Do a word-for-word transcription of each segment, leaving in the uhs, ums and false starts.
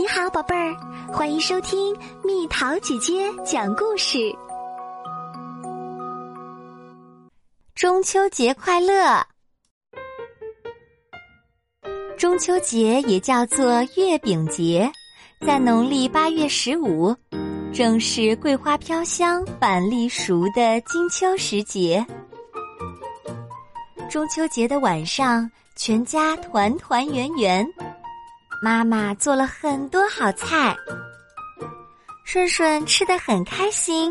你好，宝贝儿，欢迎收听蜜桃姐姐讲故事。 中秋节快乐！中秋节也叫做月饼节，在农历八月十五，正是桂花飘香、板栗熟的金秋时节。中秋节的晚上，全家团团圆圆，妈妈做了很多好菜，顺顺吃得很开心。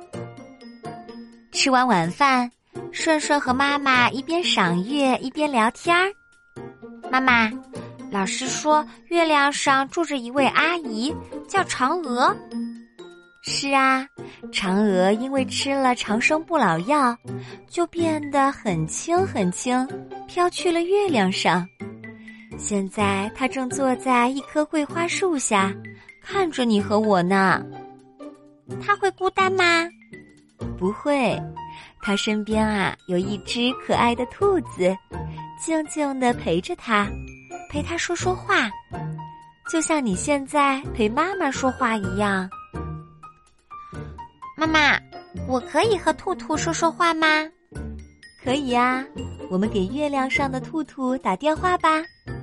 吃完晚饭，顺顺和妈妈一边赏月一边聊天儿。妈妈，老师说月亮上住着一位阿姨，叫嫦娥。是啊，嫦娥因为吃了长生不老药，就变得很轻很轻，飘去了月亮上。现在她正坐在一棵桂花树下，看着你和我呢。她会孤单吗？不会，她身边啊有一只可爱的兔子，静静地陪着她，陪她说说话，就像你现在陪妈妈说话一样。妈妈，我可以和兔兔说说话吗？可以呀，我们给月亮上的兔兔打电话吧。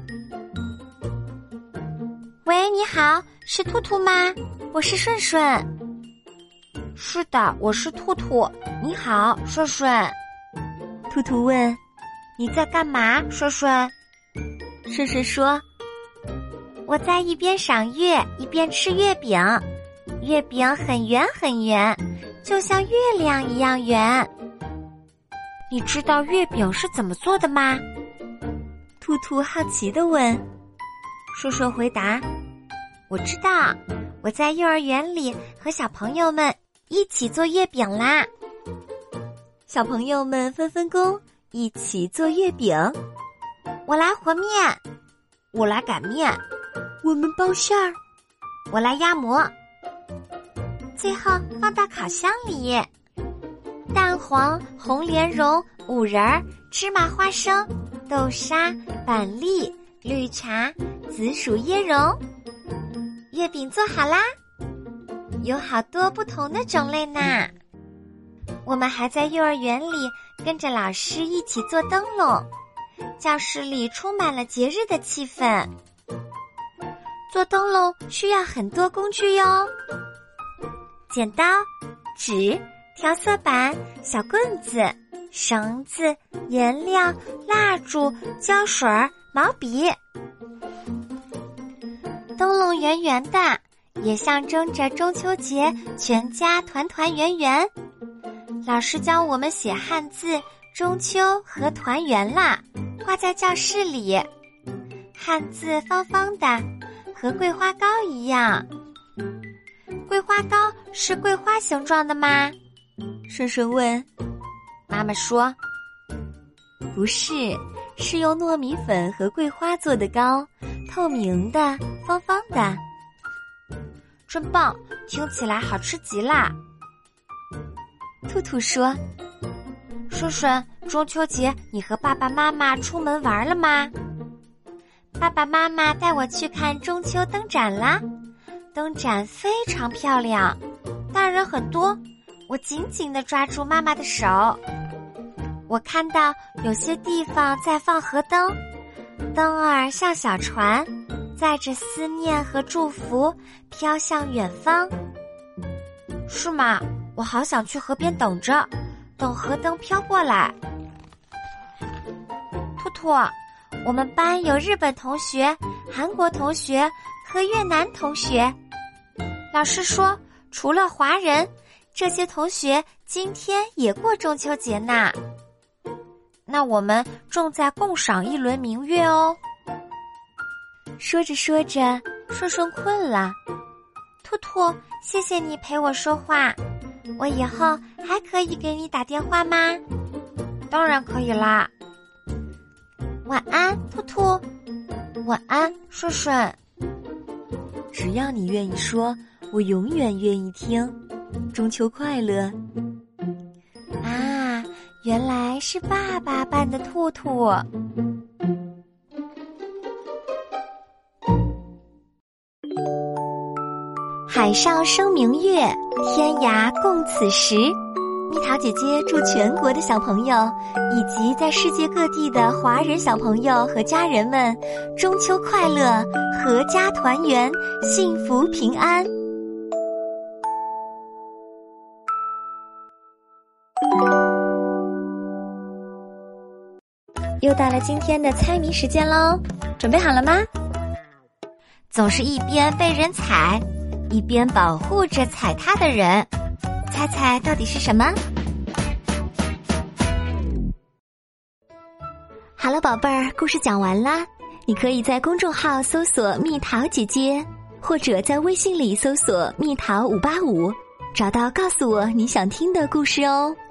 喂，你好，是兔兔吗？我是顺顺。是的，我是兔兔。你好，顺顺。兔兔问：你在干嘛，顺顺？顺顺说：我在一边赏月一边吃月饼，月饼很圆很圆，就像月亮一样圆。你知道月饼是怎么做的吗？兔兔好奇地问。顺顺回答：我知道，我在幼儿园里和小朋友们一起做月饼啦。小朋友们分分工，一起做月饼。我来和面，我来擀面，我们包馅儿，我来压模，最后放到烤箱里。蛋黄、红莲蓉、五仁儿、芝麻花生、豆沙、板栗、绿茶、紫薯椰蓉。月饼做好啦，有好多不同的种类呢。我们还在幼儿园里跟着老师一起做灯笼，教室里充满了节日的气氛。做灯笼需要很多工具哟，剪刀、纸、调色板、小棍子、绳子、颜料、蜡烛、胶水、毛笔。灯笼圆圆的，也象征着中秋节全家团团圆圆。老师教我们写汉字中秋和团圆啦，挂在教室里。汉字方方的，和桂花糕一样。桂花糕是桂花形状的吗？顺顺问。妈妈说不是，是用糯米粉和桂花做的糕，透明的，方方的。真棒，听起来好吃极啦。兔兔说：顺顺，中秋节你和爸爸妈妈出门玩了吗？爸爸妈妈带我去看中秋灯展啦，灯展非常漂亮，大人很多，我紧紧地抓住妈妈的手。我看到有些地方在放河灯，灯儿像小船，载着思念和祝福飘向远方。是吗？我好想去河边等着，等河灯飘过来。兔兔，我们班有日本同学、韩国同学和越南同学。老师说，除了华人，这些同学今天也过中秋节呢。那我们正在共赏一轮明月哦。说着说着，顺顺困了。兔兔，谢谢你陪我说话，我以后还可以给你打电话吗？当然可以啦。晚安，兔兔。晚安，顺顺。只要你愿意说，我永远愿意听。中秋快乐。啊，原来是爸爸扮的兔兔。 海上生明月，天涯共此时。蜜桃姐姐祝全国的小朋友，以及在世界各地的华人小朋友和家人们，中秋快乐，阖家团圆，幸福平安。又到了今天的猜谜时间喽，准备好了吗？ 总是一边被人踩，一边保护着踩他的人，猜猜到底是什么？ 好了，宝贝儿，故事讲完啦。你可以在公众号搜索蜜桃姐姐，或者在微信里搜索蜜桃五八五，找到告诉我你想听的故事哦。